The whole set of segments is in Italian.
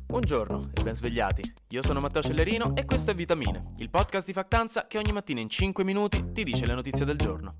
Buongiorno e ben svegliati, io sono Matteo Cellerino e questo è Vitamine, il podcast di Factanza che ogni mattina in 5 minuti ti dice le notizie del giorno.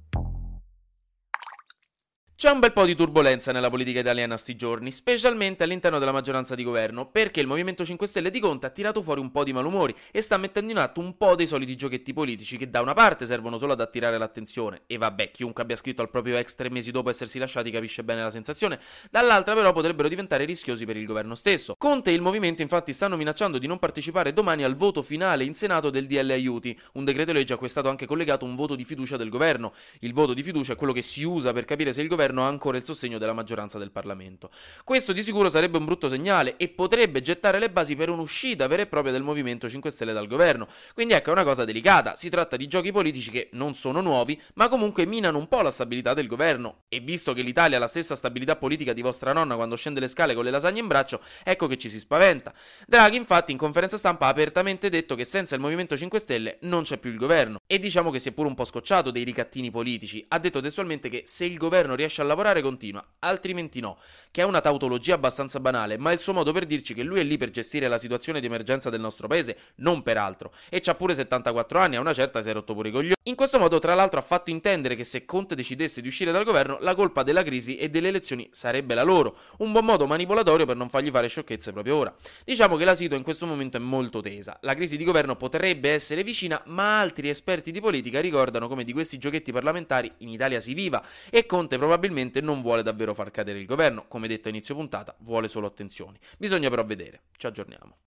C'è un bel po' di turbolenza nella politica italiana sti giorni, specialmente all'interno della maggioranza di governo, perché il Movimento 5 Stelle di Conte ha tirato fuori un po' di malumori e sta mettendo in atto un po' dei soliti giochetti politici che da una parte servono solo ad attirare l'attenzione, e vabbè, chiunque abbia scritto al proprio ex 3 mesi dopo essersi lasciati capisce bene la sensazione, dall'altra però potrebbero diventare rischiosi per il governo stesso. Conte e il Movimento infatti stanno minacciando di non partecipare domani al voto finale in Senato del DL Aiuti, un decreto legge a cui è stato anche collegato un voto di fiducia del governo. Il voto di fiducia è quello che si usa per capire se il governo ha ancora il sostegno della maggioranza del Parlamento. Questo di sicuro sarebbe un brutto segnale e potrebbe gettare le basi per un'uscita vera e propria del Movimento 5 Stelle dal governo. Quindi ecco, è una cosa delicata, si tratta di giochi politici che non sono nuovi, ma comunque minano un po' la stabilità del governo. E visto che l'Italia ha la stessa stabilità politica di vostra nonna quando scende le scale con le lasagne in braccio, ecco che ci si spaventa. Draghi infatti in conferenza stampa ha apertamente detto che senza il Movimento 5 Stelle non c'è più il governo, e diciamo che si è pure un po' scocciato dei ricattini politici. Ha detto testualmente che se il governo riesce a lavorare continua, altrimenti no, che è una tautologia abbastanza banale, ma è il suo modo per dirci che lui è lì per gestire la situazione di emergenza del nostro paese, non per altro, e c'ha pure 74 anni, a una certa si è rotto pure i coglioni. In questo modo tra l'altro ha fatto intendere che se Conte decidesse di uscire dal governo la colpa della crisi e delle elezioni sarebbe la loro, un buon modo manipolatorio per non fargli fare sciocchezze proprio ora. Diciamo che la situazione in questo momento è molto tesa, la crisi di governo potrebbe essere vicina, ma altri esperti di politica ricordano come di questi giochetti parlamentari in Italia si viva, e Conte probabilmente non vuole davvero far cadere il governo, come detto a inizio puntata, vuole solo attenzioni. Bisogna però vedere, ci aggiorniamo.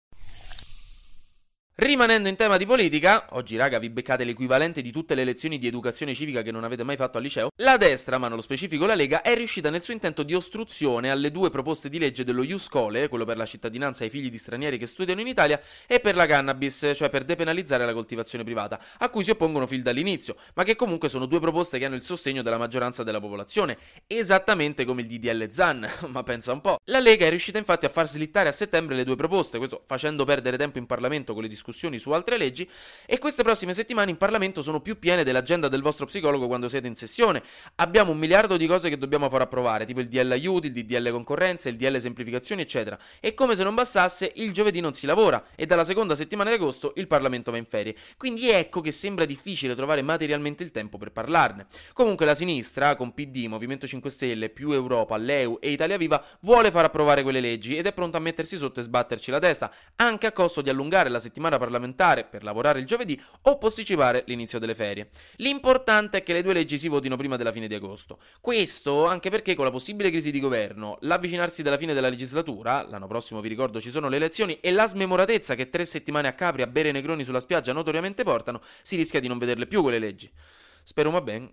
Rimanendo in tema di politica, oggi raga vi beccate l'equivalente di tutte le lezioni di educazione civica che non avete mai fatto al liceo, la destra, ma nello specifico la Lega, è riuscita nel suo intento di ostruzione alle due proposte di legge dello Ius Scholae, quello per la cittadinanza ai figli di stranieri che studiano in Italia, e per la cannabis, cioè per depenalizzare la coltivazione privata, a cui si oppongono fin dall'inizio, ma che comunque sono due proposte che hanno il sostegno della maggioranza della popolazione, esattamente come il DDL Zan, ma pensa un po'. La Lega è riuscita infatti a far slittare a settembre le due proposte, questo facendo perdere tempo in Parlamento con le discussioni su altre leggi, e queste prossime settimane in Parlamento sono più piene dell'agenda del vostro psicologo quando siete in sessione. Abbiamo 1 miliardo di cose che dobbiamo far approvare, tipo il DL aiuti, il DDL concorrenza, il DL semplificazioni eccetera, e come se non bastasse il giovedì non si lavora e dalla seconda settimana di agosto il Parlamento va in ferie, quindi ecco che sembra difficile trovare materialmente il tempo per parlarne. Comunque la sinistra, con PD, Movimento 5 Stelle, più Europa, l'EU e Italia Viva, vuole far approvare quelle leggi ed è pronta a mettersi sotto e sbatterci la testa, anche a costo di allungare la settimana parlamentare per lavorare il giovedì o posticipare l'inizio delle ferie. L'importante è che le due leggi si votino prima della fine di agosto. Questo anche perché con la possibile crisi di governo, l'avvicinarsi della fine della legislatura, l'anno prossimo vi ricordo ci sono le elezioni, e la smemoratezza che 3 settimane a Capri a bere negroni sulla spiaggia notoriamente portano, si rischia di non vederle più quelle leggi. Spero ma ben.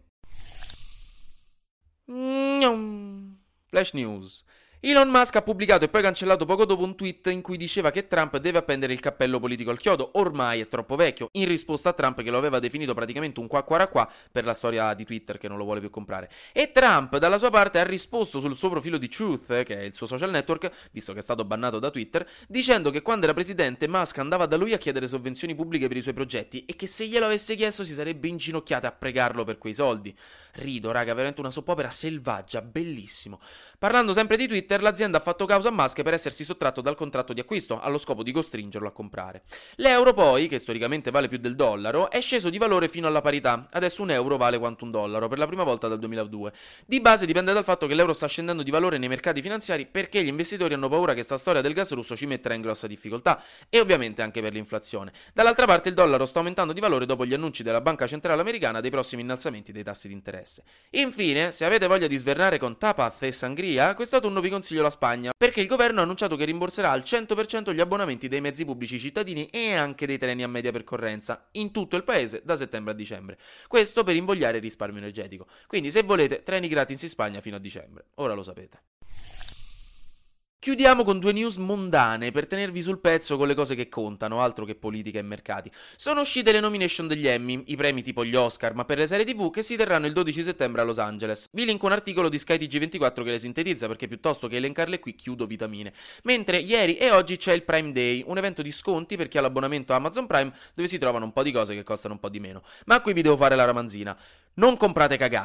Flash news. Elon Musk ha pubblicato e poi cancellato poco dopo un tweet in cui diceva che Trump deve appendere il cappello politico al chiodo, ormai è troppo vecchio, in risposta a Trump che lo aveva definito praticamente un qua per la storia di Twitter che non lo vuole più comprare. E Trump dalla sua parte ha risposto sul suo profilo di Truth, che è il suo social network, visto che è stato bannato da Twitter, dicendo che quando era presidente Musk andava da lui a chiedere sovvenzioni pubbliche per i suoi progetti e che se glielo avesse chiesto si sarebbe inginocchiato a pregarlo per quei soldi. Rido, raga, veramente una soppopera selvaggia, bellissimo. Parlando sempre di Twitter, l'azienda ha fatto causa a Musk per essersi sottratto dal contratto di acquisto allo scopo di costringerlo a comprare. L'euro poi, che storicamente vale più del dollaro, è sceso di valore fino alla parità. Adesso un euro vale quanto un dollaro, per la prima volta dal 2002. Di base dipende dal fatto che l'euro sta scendendo di valore nei mercati finanziari perché gli investitori hanno paura che sta storia del gas russo ci metterà in grossa difficoltà, e ovviamente anche per l'inflazione. Dall'altra parte il dollaro sta aumentando di valore dopo gli annunci della Banca Centrale Americana dei prossimi innalzamenti dei tassi di interesse. Infine, se avete voglia di svernare con tapas e sangria, quest'autunno vi consiglio la Spagna, perché il governo ha annunciato che rimborserà al 100% gli abbonamenti dei mezzi pubblici cittadini e anche dei treni a media percorrenza in tutto il paese da settembre a dicembre. Questo per invogliare il risparmio energetico. Quindi se volete treni gratis in Spagna fino a dicembre. Ora lo sapete. Chiudiamo con 2 news mondane per tenervi sul pezzo con le cose che contano, altro che politica e mercati. Sono uscite le nomination degli Emmy, i premi tipo gli Oscar, ma per le serie TV, che si terranno il 12 settembre a Los Angeles. Vi linko un articolo di Sky TG24 che le sintetizza, perché piuttosto che elencarle qui chiudo Vitamine. Mentre ieri e oggi c'è il Prime Day, un evento di sconti per chi ha l'abbonamento a Amazon Prime, dove si trovano un po' di cose che costano un po' di meno. Ma qui vi devo fare la ramanzina. Non comprate cagate.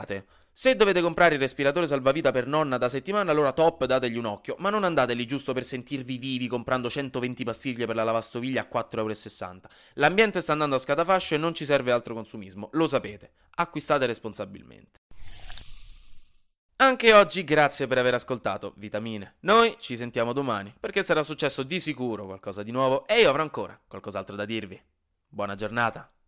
Se dovete comprare il respiratore salvavita per nonna da settimana, allora top, dategli un occhio, ma non andate lì giusto per sentirvi vivi comprando 120 pastiglie per la lavastoviglie a 4,60 €. L'ambiente sta andando a scatafascio e non ci serve altro consumismo, lo sapete. Acquistate responsabilmente. Anche oggi grazie per aver ascoltato Vitamine. Noi ci sentiamo domani, perché sarà successo di sicuro qualcosa di nuovo e io avrò ancora qualcos'altro da dirvi. Buona giornata.